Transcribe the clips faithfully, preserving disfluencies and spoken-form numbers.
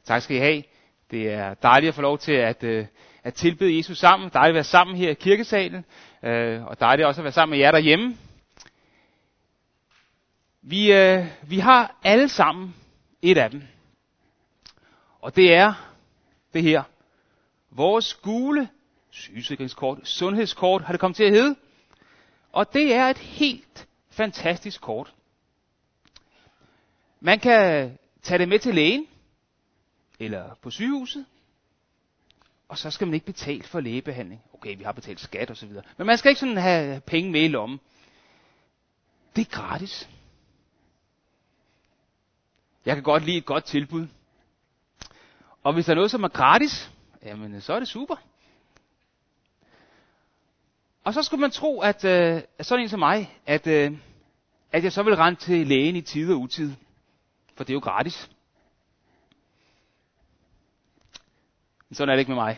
Tak skal I have. Det er dejligt at få lov til at, øh, at tilbede Jesus sammen. Dejligt at være sammen her i kirkesalen. Øh, og dejligt også at være sammen med jer derhjemme. Vi, øh, vi har alle sammen et af dem. Og det er det her. Vores gule sygesikringskort, sundhedskort, har det kommet til at hedde. Og det er et helt fantastisk kort. Man kan tage det med til lægen, eller på sygehuset, og så skal man ikke betale for lægebehandling. Okay, vi har betalt skat og så videre. Men man skal ikke sådan have penge med i lommen. Det er gratis. Jeg kan godt lide et godt tilbud. Og hvis der er noget, som er gratis, jamen så er det super. Og så skulle man tro, at øh, sådan en som mig, at, øh, at jeg så vil rende til lægen i tid og utid. For det er jo gratis. Men sådan er det ikke med mig.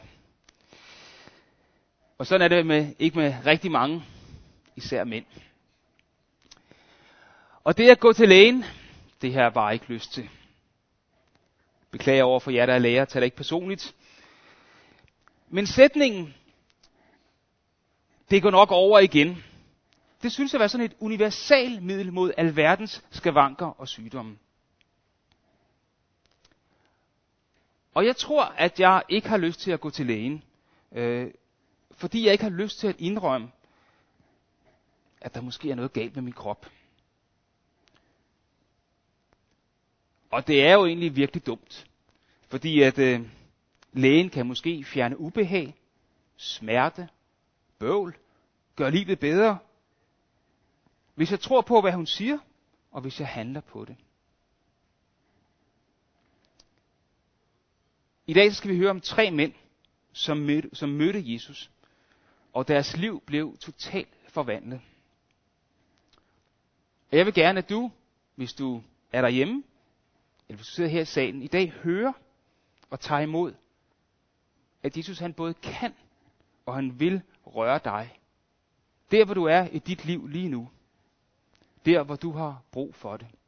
Og sådan er det med, ikke med rigtig mange, især mænd. Og det at gå til lægen, det har jeg bare ikke lyst til. Beklager over for jer, der er læger, tager det ikke personligt. Men sætningen, det går nok over igen. Det synes at være sådan et universal middel mod alverdens skavanker og sygdomme. Og jeg tror, at jeg ikke har lyst til at gå til lægen, øh, fordi jeg ikke har lyst til at indrømme, at der måske er noget galt med min krop. Og det er jo egentlig virkelig dumt, fordi at øh, lægen kan måske fjerne ubehag, smerte, bøvl, gøre livet bedre, hvis jeg tror på, hvad hun siger, og hvis jeg handler på det. I dag skal vi høre om tre mænd, som mødte, som mødte Jesus, og deres liv blev totalt forvandlet. Og jeg vil gerne, at du, hvis du er derhjemme, eller hvis du sidder her i salen, i dag hører og tager imod, at Jesus han både kan, og han vil røre dig. Der hvor du er i dit liv lige nu. Der hvor du har brug for det.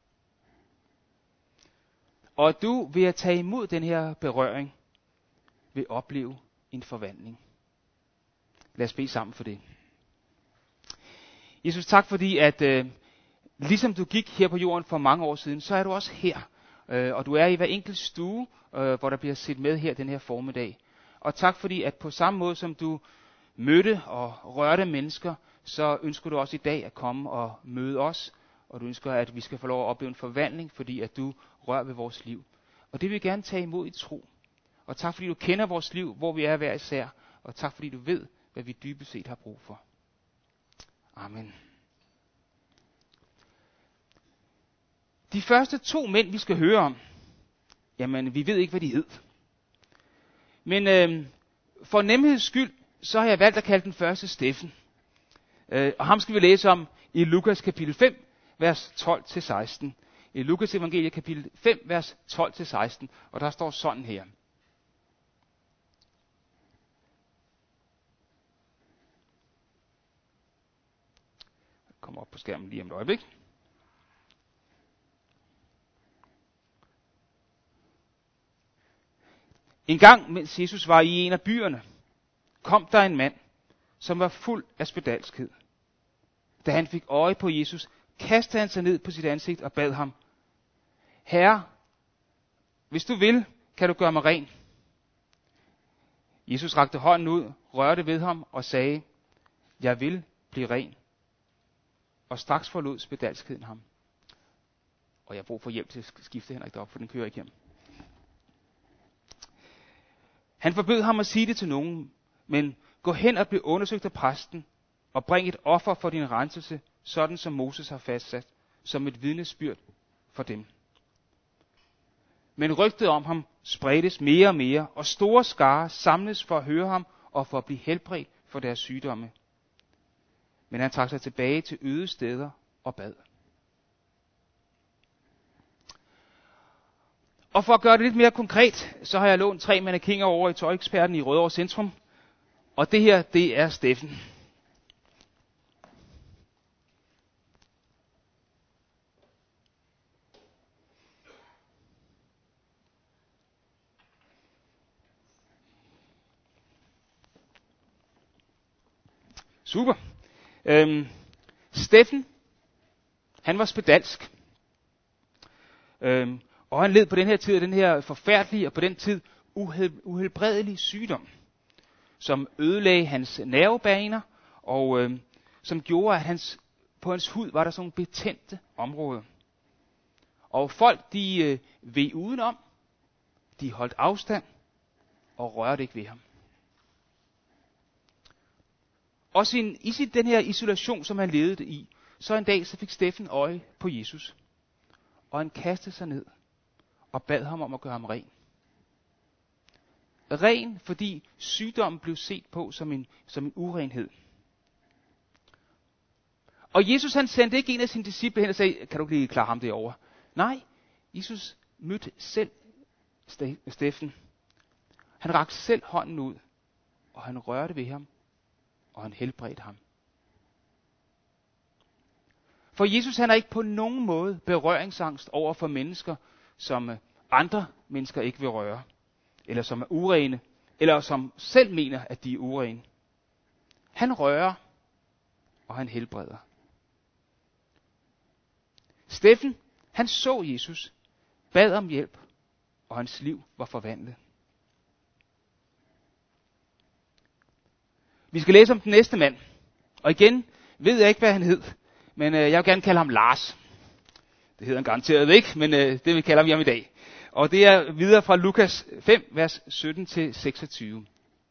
Og at du ved at tage imod den her berøring, vil opleve en forvandling. Lad os bede sammen for det. Jesus, tak fordi, at øh, ligesom du gik her på jorden for mange år siden, så er du også her. Øh, og du er i hver enkelt stue, øh, hvor der bliver set med her den her formiddag. Og tak fordi, at på samme måde som du mødte og rørte mennesker, så ønsker du også i dag at komme og møde os. Og du ønsker, at vi skal få lov at opleve en forvandling, fordi at du rører ved vores liv. Og det vil vi gerne tage imod i tro. Og tak fordi du kender vores liv, hvor vi er hver især. Og tak fordi du ved, hvad vi dybest set har brug for. Amen. De første to mænd, vi skal høre om, jamen vi ved ikke, hvad de hed. Men øh, for nemheds skyld, så har jeg valgt at kalde den første Steffen. Øh, og ham skal vi læse om i Lukas kapitel fem, vers tolv til seksten. I Lukas evangelie kapitel fem, vers tolv til seksten. Og der står sådan her. Jeg kommer op på skærmen lige om et øjeblik. En gang, mens Jesus var i en af byerne, kom der en mand, som var fuld af spedalskhed. Da han fik øje på Jesus, kastede han sig ned på sit ansigt og bad ham: Herre, hvis du vil, kan du gøre mig ren. Jesus rakte hånden ud, rørte ved ham og sagde: Jeg vil blive ren. Og straks forlod spedalskheden ham. Og jeg har brug for hjælp til at skifte Henrik derop, for den kører ikke hjem. Han forbød ham at sige det til nogen, men gå hen og bliv undersøgt af præsten, og bring et offer for din renselse, sådan som Moses har fastsat, som et vidnesbyrd for dem. Men rygtet om ham spredtes mere og mere, og store skarer samles for at høre ham og for at blive helbredt for deres sygdomme. Men han trak sig tilbage til øde steder og bad. Og for at gøre det lidt mere konkret, så har jeg lånt tre mannequiner over i Tøjeksperten i Rødovre Centrum. Og det her, det er Steffen. Super. Øhm, Steffen, han var spedalsk. Øhm, og han led på den her tid, den her forfærdelige og på den tid uhel, uhelbredelige sygdom, som ødelagde hans nervebaner, og øhm, som gjorde, at hans, på hans hud var der sådan nogle betændte områder. Og folk, de øh, veg udenom, de holdt afstand og rørte ikke ved ham. Og sin, i sin, den her isolation, som han levede i, så en dag så fik Steffen øje på Jesus. Og han kastede sig ned og bad ham om at gøre ham ren. Ren, fordi sygdommen blev set på som en, som en urenhed. Og Jesus han sendte ikke en af sine disciple hen og sagde, kan du ikke lige klare ham derovre? Nej, Jesus mødte selv Steffen. Han rakte selv hånden ud, og han rørte ved ham, og han helbredte ham. For Jesus han er ikke på nogen måde berøringsangst over for mennesker, som andre mennesker ikke vil røre, eller som er urene, eller som selv mener, at de er urene. Han rører, og han helbreder. Steffen, han så Jesus, bad om hjælp, og hans liv var forvandlet. Vi skal læse om den næste mand. Og igen ved jeg ikke, hvad han hed, men øh, jeg vil gerne kalde ham Lars. Det hedder han garanteret ikke, men øh, det vil vi kalde ham hjemme i dag. Og det er videre fra Lukas fem, vers sytten til seksogtyve.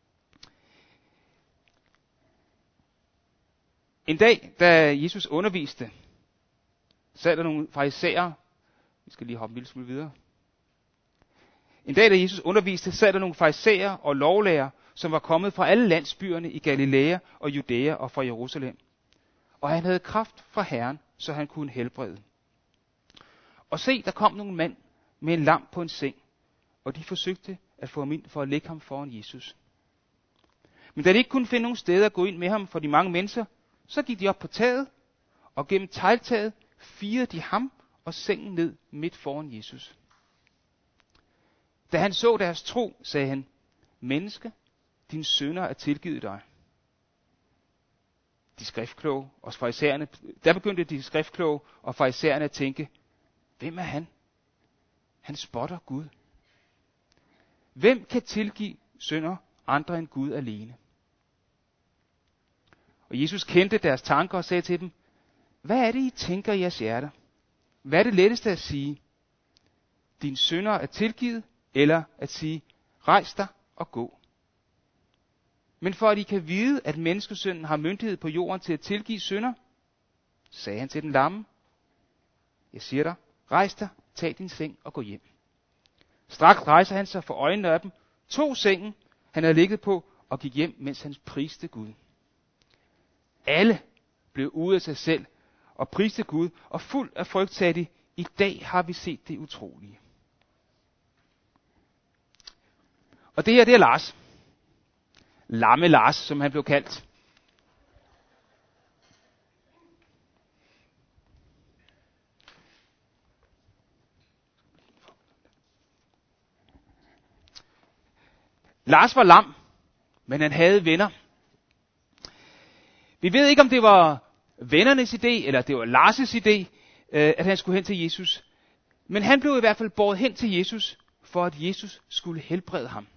En dag, da Jesus underviste, sad der nogle farisæere. Vi skal lige hoppe en lille smule videre. En dag, da Jesus underviste, sad der nogle farisæere og lovlærere, som var kommet fra alle landsbyerne i Galilea og Judæa og fra Jerusalem. Og han havde kraft fra Herren, så han kunne helbrede. Og se, der kom nogle mænd med en lam på en seng, og de forsøgte at få ham ind for at lægge ham foran Jesus. Men da de ikke kunne finde nogen steder at gå ind med ham for de mange mennesker, så gik de op på taget, og gennem tegltaget firede de ham og sengen ned midt foran Jesus. Da han så deres tro, sagde han, menneske, dine synder er tilgivet dig. De skriftkloge og farisæerne, der begyndte de skriftkloge og farisæerne at tænke, hvem er han? Han spotter Gud. Hvem kan tilgive synder andre end Gud alene? Og Jesus kendte deres tanker og sagde til dem, hvad er det, I tænker i jeres hjerter? Hvad er det letteste at sige? Dine synder er tilgivet, eller at sige, rejs dig og gå. Men for at I kan vide, at menneskesønnen har myndighed på jorden til at tilgive synder, sagde han til den lamme, jeg siger dig, rejs dig, tag din seng og gå hjem. Straks rejser han sig for øjnene af dem, tog sengen, han havde ligget på, og gik hjem, mens han priste Gud. Alle blev ude af sig selv og priste Gud, og fuld af frygt sagde de, i dag har vi set det utrolige. Og det her, det er Lars. Lamme Lars, som han blev kaldt. Lars var lam, men han havde venner. Vi ved ikke, om det var vennernes idé, eller det var Lars' idé, at han skulle hen til Jesus. Men han blev i hvert fald båret hen til Jesus, for at Jesus skulle helbrede ham.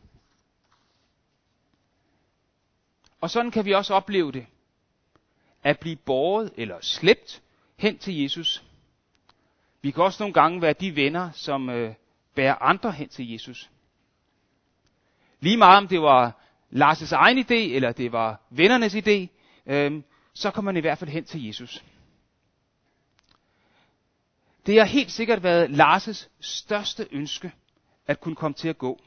Og sådan kan vi også opleve det. At blive båret eller slæbt hen til Jesus. Vi kan også nogle gange være de venner, som øh, bærer andre hen til Jesus. Lige meget om det var Lars' egen idé, eller det var vennernes idé, øh, så kommer man i hvert fald hen til Jesus. Det har helt sikkert været Lars' største ønske, at kunne komme til at gå.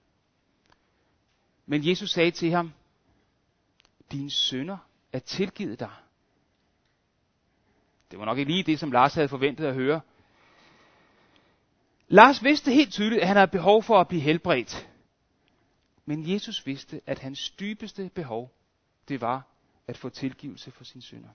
Men Jesus sagde til ham, dine synder er tilgivet dig. Det var nok ikke lige det, som Lars havde forventet at høre. Lars vidste helt tydeligt, at han havde behov for at blive helbredt. Men Jesus vidste, at hans dybeste behov, det var at få tilgivelse for sine synder.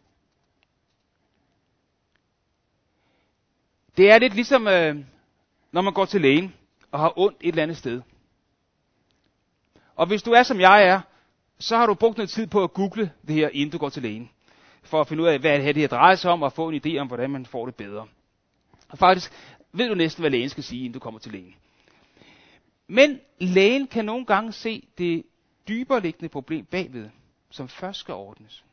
Det er lidt ligesom, øh, når man går til lægen og har ondt et eller andet sted. Og hvis du er som jeg er, så har du brugt noget tid på at google det her, inden du går til lægen. For at finde ud af, hvad det her drejer sig om, og få en idé om, hvordan man får det bedre. Og faktisk ved du næsten, hvad lægen skal sige, inden du kommer til lægen. Men lægen kan nogle gange se det dybere liggende problem bagved, som først skal ordnes.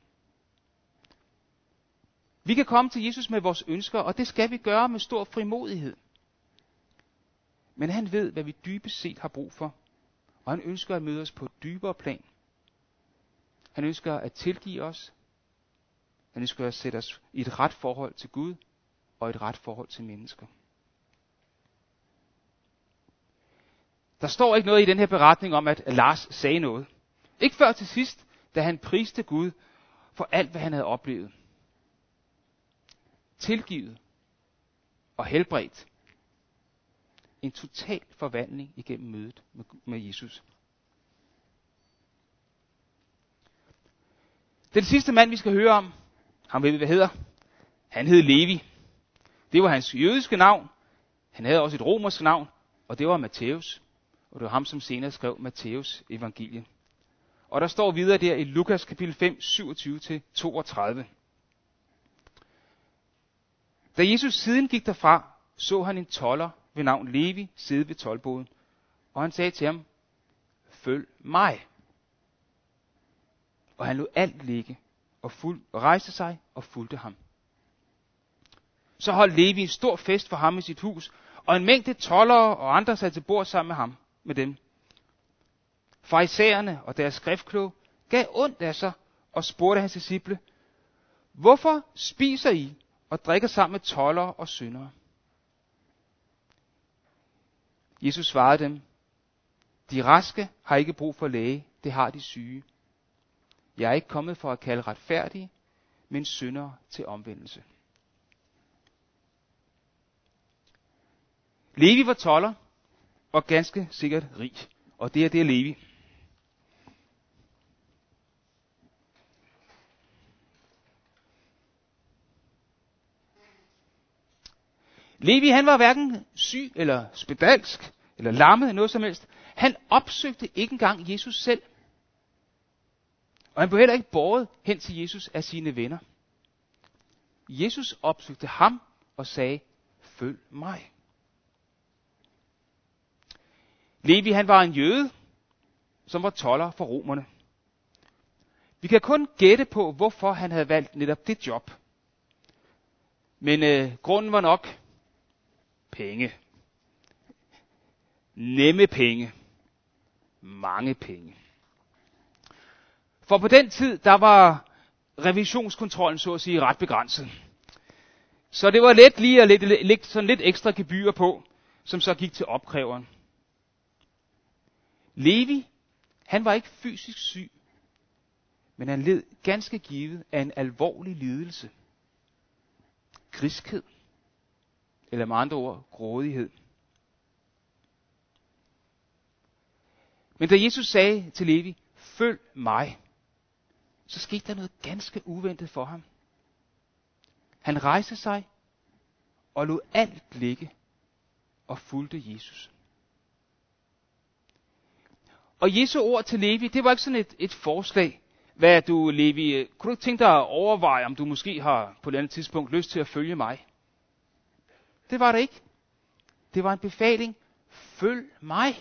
Vi kan komme til Jesus med vores ønsker, og det skal vi gøre med stor frimodighed. Men han ved, hvad vi dybest set har brug for, og han ønsker at møde os på et dybere plan. Han ønsker at tilgive os. Han ønsker at sætte os i et ret forhold til Gud og et ret forhold til mennesker. Der står ikke noget i den her beretning om, at Lars sagde noget. Ikke før til sidst, da han priste Gud for alt, hvad han havde oplevet. Tilgivet og helbredt. En total forvandling igennem mødet med Jesus. Den sidste mand, vi skal høre om, ham ved vi, hvad hedder. Han hed Levi. Det var hans jødiske navn. Han havde også et romersk navn, og det var Matthæus. Og det var ham, som senere skrev Matthæus evangelie. Og der står videre der i Lukas kapitel fem, syvogtyve til toogtredive. Da Jesus siden gik derfra, så han en tolder ved navn Levi sidde ved toldboden. Og han sagde til ham, følg mig. Og han lod alt ligge og, fuld, og rejste sig og fulgte ham. Så holdt Levi en stor fest for ham i sit hus, og en mængde toldere og andre satte til bord sammen med ham, med dem. Farisæerne og deres skriftkloge gav ondt af sig og spurgte hans disciple, hvorfor spiser I og drikker sammen med toldere og syndere? Jesus svarede dem, de raske har ikke brug for læge, det har de syge. Jeg er ikke kommet for at kalde retfærdige, men syndere til omvendelse. Levi var tolder og ganske sikkert rig, og det er det er Levi. Levi, han var hverken syg eller spedalsk eller lammet noget som helst. Han opsøgte ikke engang Jesus selv. Og han blev heller ikke båret hen til Jesus af sine venner. Jesus opsøgte ham og sagde, følg mig. Levi, han var en jøde, som var tolder for romerne. Vi kan kun gætte på, hvorfor han havde valgt netop det job. Men øh, grunden var nok penge. Nemme penge. Mange penge. For på den tid, der var revisionskontrollen, så at sige, ret begrænset. Så det var let lige at lægge lidt, sådan lidt ekstra gebyrer på, som så gik til opkræveren. Levi, han var ikke fysisk syg, men han led ganske givet af en alvorlig lidelse. Griskhed. Eller med andre ord, grådighed. Men da Jesus sagde til Levi, følg mig, så skete der noget ganske uventet for ham. Han rejste sig og lod alt ligge og fulgte Jesus. Og Jesu ord til Levi, det var ikke sådan et, et forslag. Hvad du, Levi, kunne du ikke tænke dig at overveje, om du måske har på et andet tidspunkt lyst til at følge mig? Det var det ikke. Det var en befaling. Følg mig.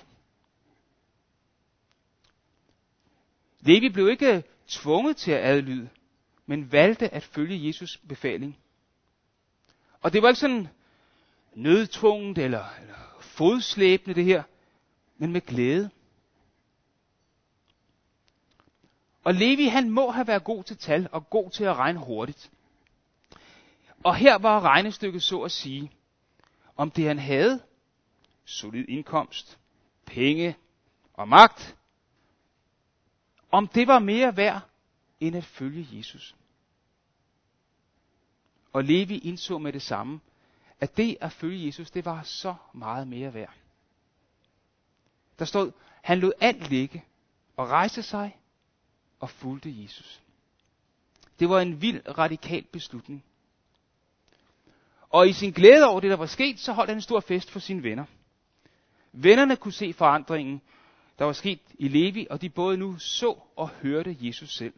Levi blev ikke tvunget til at adlyde, men valgte at følge Jesus befaling. Og det var ikke sådan nødtvunget eller, eller fodslæbende det her, men med glæde. Og Levi, han må have været god til tal og god til at regne hurtigt. Og her var regnestykket så at sige, om det han havde, solid indkomst, penge og magt, om det var mere værd end at følge Jesus. Og Levi indså med det samme, at det at følge Jesus, det var så meget mere værd. Der stod, han lod alt ligge og rejste sig og fulgte Jesus. Det var en vild radikal beslutning. Og i sin glæde over det, der var sket, så holdt han en stor fest for sine venner. Vennerne kunne se forandringen. der var sket i Levi, og de både nu så og hørte Jesus selv.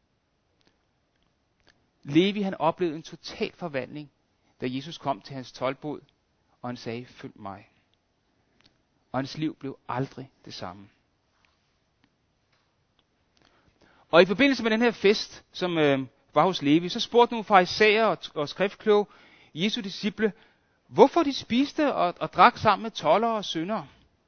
Levi, han oplevede en total forvandling, da Jesus kom til hans toldbod, og han sagde, følg mig. Og hans liv blev aldrig det samme. Og i forbindelse med den her fest, som øh, var hos Levi, så spurgte nogle farisæer og, og skriftkloge Jesu disciple, hvorfor de spiste og, og drak sammen med toldere og syndere.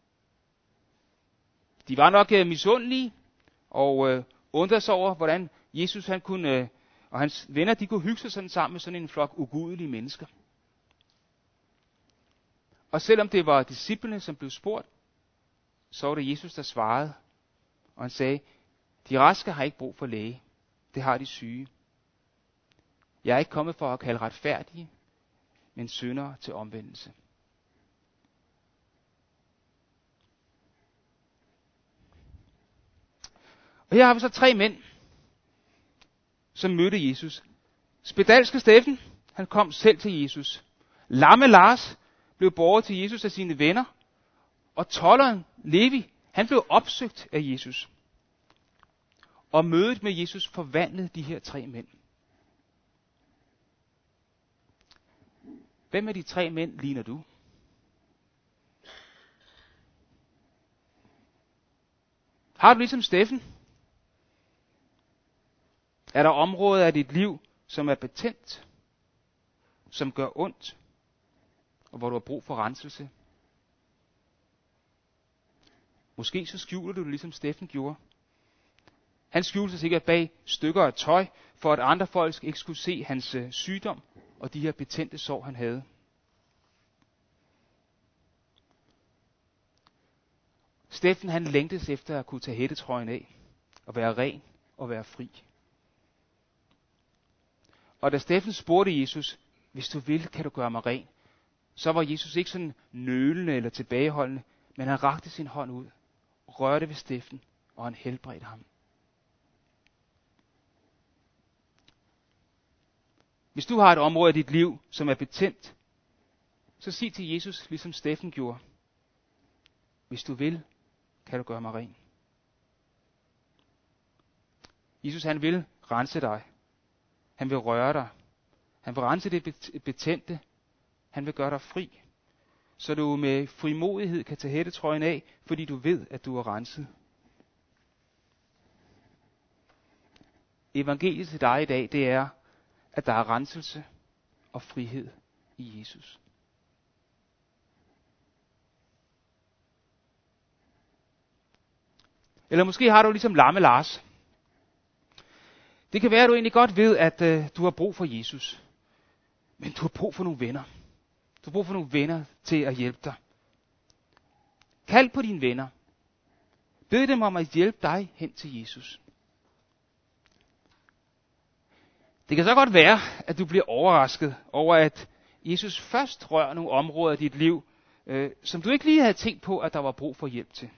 De var nok øh, misundelige og øh, undrede sig over, hvordan Jesus han kunne, øh, og hans venner de kunne hygge sig sådan sammen med sådan en flok ugudelige mennesker. Og selvom det var disciplene, som blev spurgt, så var det Jesus, der svarede, og han sagde, de raske har ikke brug for læge, det har de syge. Jeg er ikke kommet for at kalde retfærdige, men syndere til omvendelse. Og her har vi så tre mænd, som mødte Jesus. Spedalske Steffen, han kom selv til Jesus. Lamme Lars blev båret til Jesus af sine venner. Og tolderen Levi, han blev opsøgt af Jesus. Og mødet med Jesus forvandlede de her tre mænd. Hvem af de tre mænd ligner du? Har du ligesom Steffen? Er der områder af dit liv, som er betændt, som gør ondt, og hvor du har brug for renselse? Måske så skjuler du det, ligesom Steffen gjorde. Han skjulte sig sikkert bag stykker af tøj, for at andre folk ikke skulle se hans øh, sygdom og de her betændte sår, han havde. Steffen han længtes efter at kunne tage hættetrøjen af, og være ren og være fri. Og da Steffen spurgte Jesus, hvis du vil, kan du gøre mig ren, så var Jesus ikke sådan nølende eller tilbageholdende, men han rakte sin hånd ud, rørte ved Steffen, og han helbredte ham. Hvis du har et område af dit liv, som er betændt, så sig til Jesus, ligesom Steffen gjorde, hvis du vil, kan du gøre mig ren. Jesus han vil rense dig. Han vil røre dig. Han vil rense det betændte. Han vil gøre dig fri, så du med frimodighed kan tage hættetrøjen af, fordi du ved, at du er renset. Evangeliet til dig i dag, det er, at der er renselse og frihed i Jesus. Eller måske har du ligesom Lamme Lars. Det kan være, at du egentlig godt ved, at øh, du har brug for Jesus. Men du har brug for nogle venner. Du har brug for nogle venner til at hjælpe dig. Kald på dine venner. Bed dem om at hjælpe dig hen til Jesus. Det kan så godt være, at du bliver overrasket over, at Jesus først rører nogle områder af dit liv, øh, som du ikke lige havde tænkt på, at der var brug for hjælp til.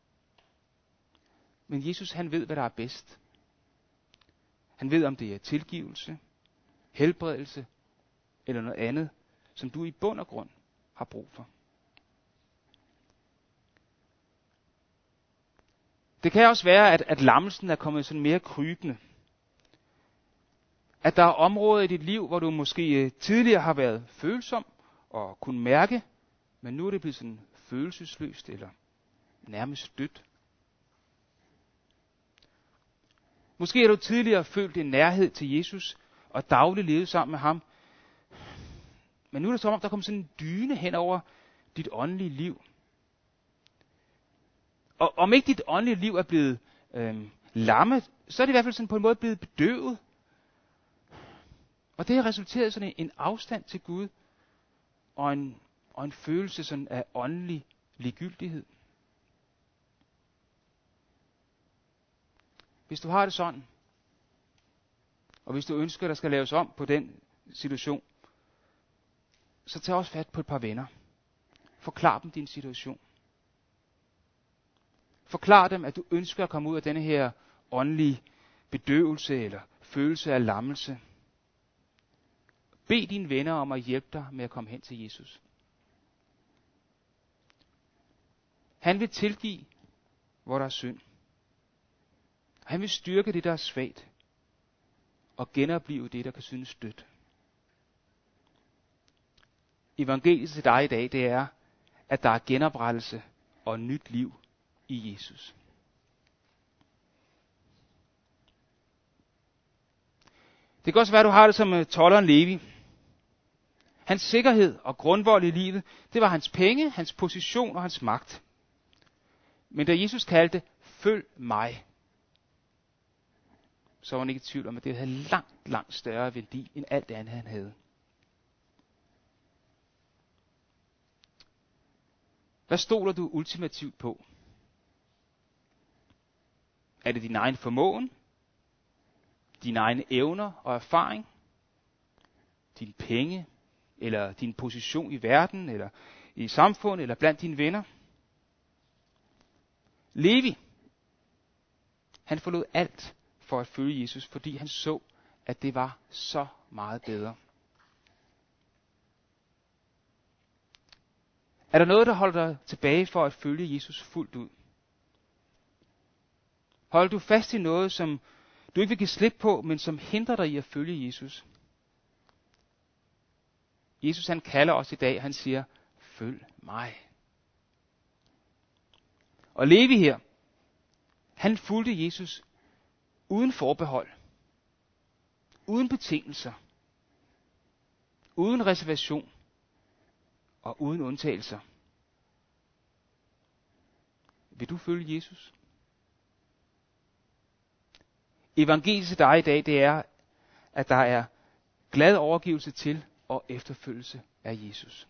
Men Jesus, han ved, hvad der er bedst. Han ved, om det er tilgivelse, helbredelse eller noget andet, som du i bund og grund har brug for. Det kan også være, at, at lammelsen er kommet sådan mere krybende. At der er områder i dit liv, hvor du måske tidligere har været følsom og kunne mærke, men nu er det blevet sådan følelsesløst eller nærmest dødt. Måske har du tidligere følt en nærhed til Jesus og dagligt levet sammen med ham. Men nu er det som om, der kommer sådan en dyne hen over dit åndelige liv. Og om ikke dit åndelige liv er blevet øh, lammet, så er det i hvert fald sådan på en måde blevet bedøvet. Og det har resulteret i sådan en, en afstand til Gud og en, og en følelse sådan af åndelig ligegyldighed. Hvis du har det sådan, og hvis du ønsker, at der skal laves om på den situation, så tag også fat på et par venner. Forklar dem din situation. Forklar dem, at du ønsker at komme ud af denne her åndelige bedøvelse eller følelse af lammelse. Bed dine venner om at hjælpe dig med at komme hen til Jesus. Han vil tilgive, hvor der er synd. Han vil styrke det, der er svagt, og genopleve det, der kan synes dødt. Evangeliet til dig i dag, det er, at der er genoprettelse og nyt liv i Jesus. Det kan også være, at du har det som tolderen Levi. Hans sikkerhed og grundvold i livet, det var hans penge, hans position og hans magt. Men da Jesus kaldte, følg mig, så var han ikke i tvivl om, at det havde langt, langt større værdi end alt det andet, han havde. Hvad stoler du ultimativt på? Er det din egen formåen? Dine egne evner og erfaring? Dine penge? Eller din position i verden? Eller i samfundet? Eller blandt dine venner? Levi, han forlod alt for at følge Jesus, fordi han så, at det var så meget bedre. Er der noget, der holder dig tilbage for at følge Jesus fuldt ud? Holder du fast i noget, som du ikke vil give slip på, men som hindrer dig i at følge Jesus? Jesus han kalder os i dag, han siger, følg mig. Og Levi her, han fulgte Jesus uden forbehold, uden betingelser, uden reservation og uden undtagelser. Vil du følge Jesus? Evangeliet til dig i dag, det er, at der er glad overgivelse til og efterfølgelse af Jesus.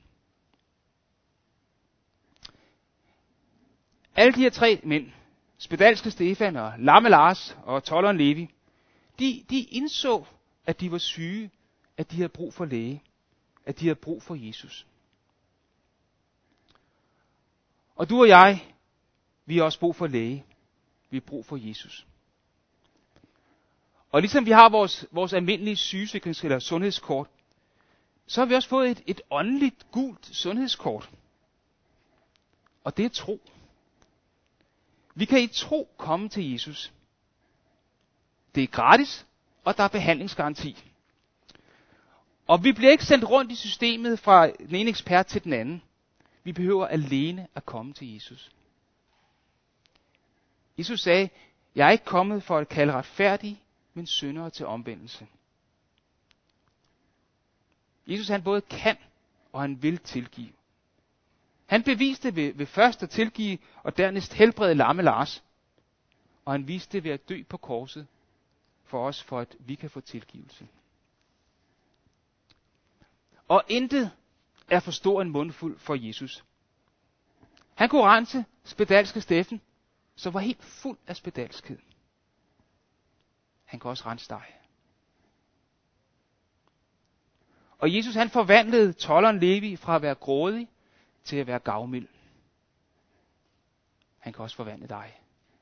Alle de her tre mænd, spedalske Stefan og lamme Lars og tolderen Levi, de, de indså, at de var syge, at de havde brug for læge, at de havde brug for Jesus. Og du og jeg, vi har også brug for læge. Vi har brug for Jesus. Og ligesom vi har vores, vores almindelige sygesikring eller sundhedskort, så har vi også fået et, et åndeligt gult sundhedskort. Og det er tro. Vi kan i tro komme til Jesus. Det er gratis, og der er behandlingsgaranti. Og vi bliver ikke sendt rundt i systemet fra den ene ekspert til den anden. Vi behøver alene at komme til Jesus. Jesus sagde, jeg er ikke kommet for at kalde retfærdige, men syndere til omvendelse. Jesus han både kan, og han vil tilgive. Han beviste ved, ved først at tilgive, og dernæst helbrede lamme Lars. Og han viste det ved at dø på korset, for os, for at vi kan få tilgivelse. Og intet er for stor en mundfuld for Jesus. Han kunne rense spedalske Steffen, som var helt fuld af spedalskhed. Han kan også rense dig. Og Jesus han forvandlede tolderen Levi fra at være grådig til at være gavmild. Han kan også forvandle dig.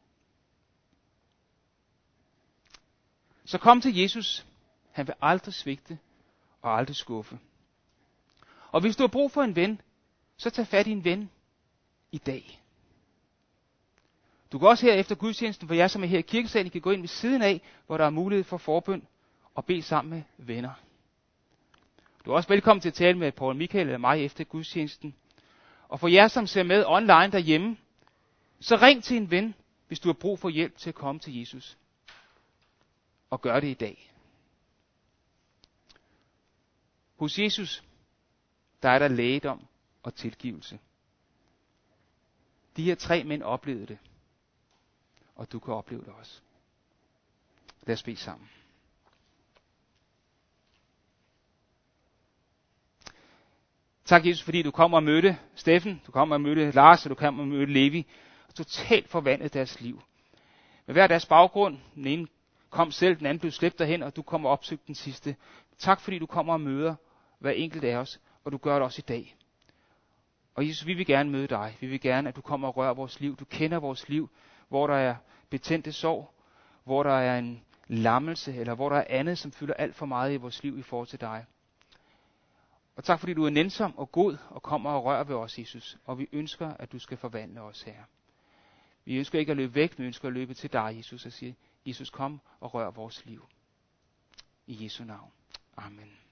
Så kom til Jesus. Han vil aldrig svigte og aldrig skuffe. Og hvis du har brug for en ven, så tag fat i en ven i dag. Du kan også her efter gudstjenesten, for jer som er her i kirkesalen, I kan gå ind ved siden af, hvor der er mulighed for forbøn og bede sammen med venner. Du er også velkommen til at tale med Paul Michael eller mig efter gudstjenesten. Og for jer, som ser med online derhjemme, så ring til en ven, hvis du har brug for hjælp til at komme til Jesus. Og gør det i dag. Hos Jesus, der er der lægedom og tilgivelse. De her tre mænd oplevede det. Og du kan opleve det også. Lad os bede sammen. Tak Jesus, fordi du kommer og mødte Steffen, du kommer og mødte Lars, og du kommer og mødte Levi, og totalt forvandlede deres liv. Med hver deres baggrund, den ene kom selv, den anden blev slæbt derhen, og du kommer og opsøgte den sidste. Tak fordi du kommer og møder hver enkelt af os, og du gør det også i dag. Og Jesus, vi vil gerne møde dig. Vi vil gerne, at du kommer og rører vores liv. Du kender vores liv, hvor der er betændte sorg, hvor der er en lammelse, eller hvor der er andet, som fylder alt for meget i vores liv i forhold til dig. Og tak fordi du er nænsom og god, og kommer og rører ved os, Jesus. Og vi ønsker, at du skal forvandle os her. Vi ønsker ikke at løbe væk, men vi ønsker at løbe til dig, Jesus, og sige, Jesus, kom og rør vores liv. I Jesu navn. Amen.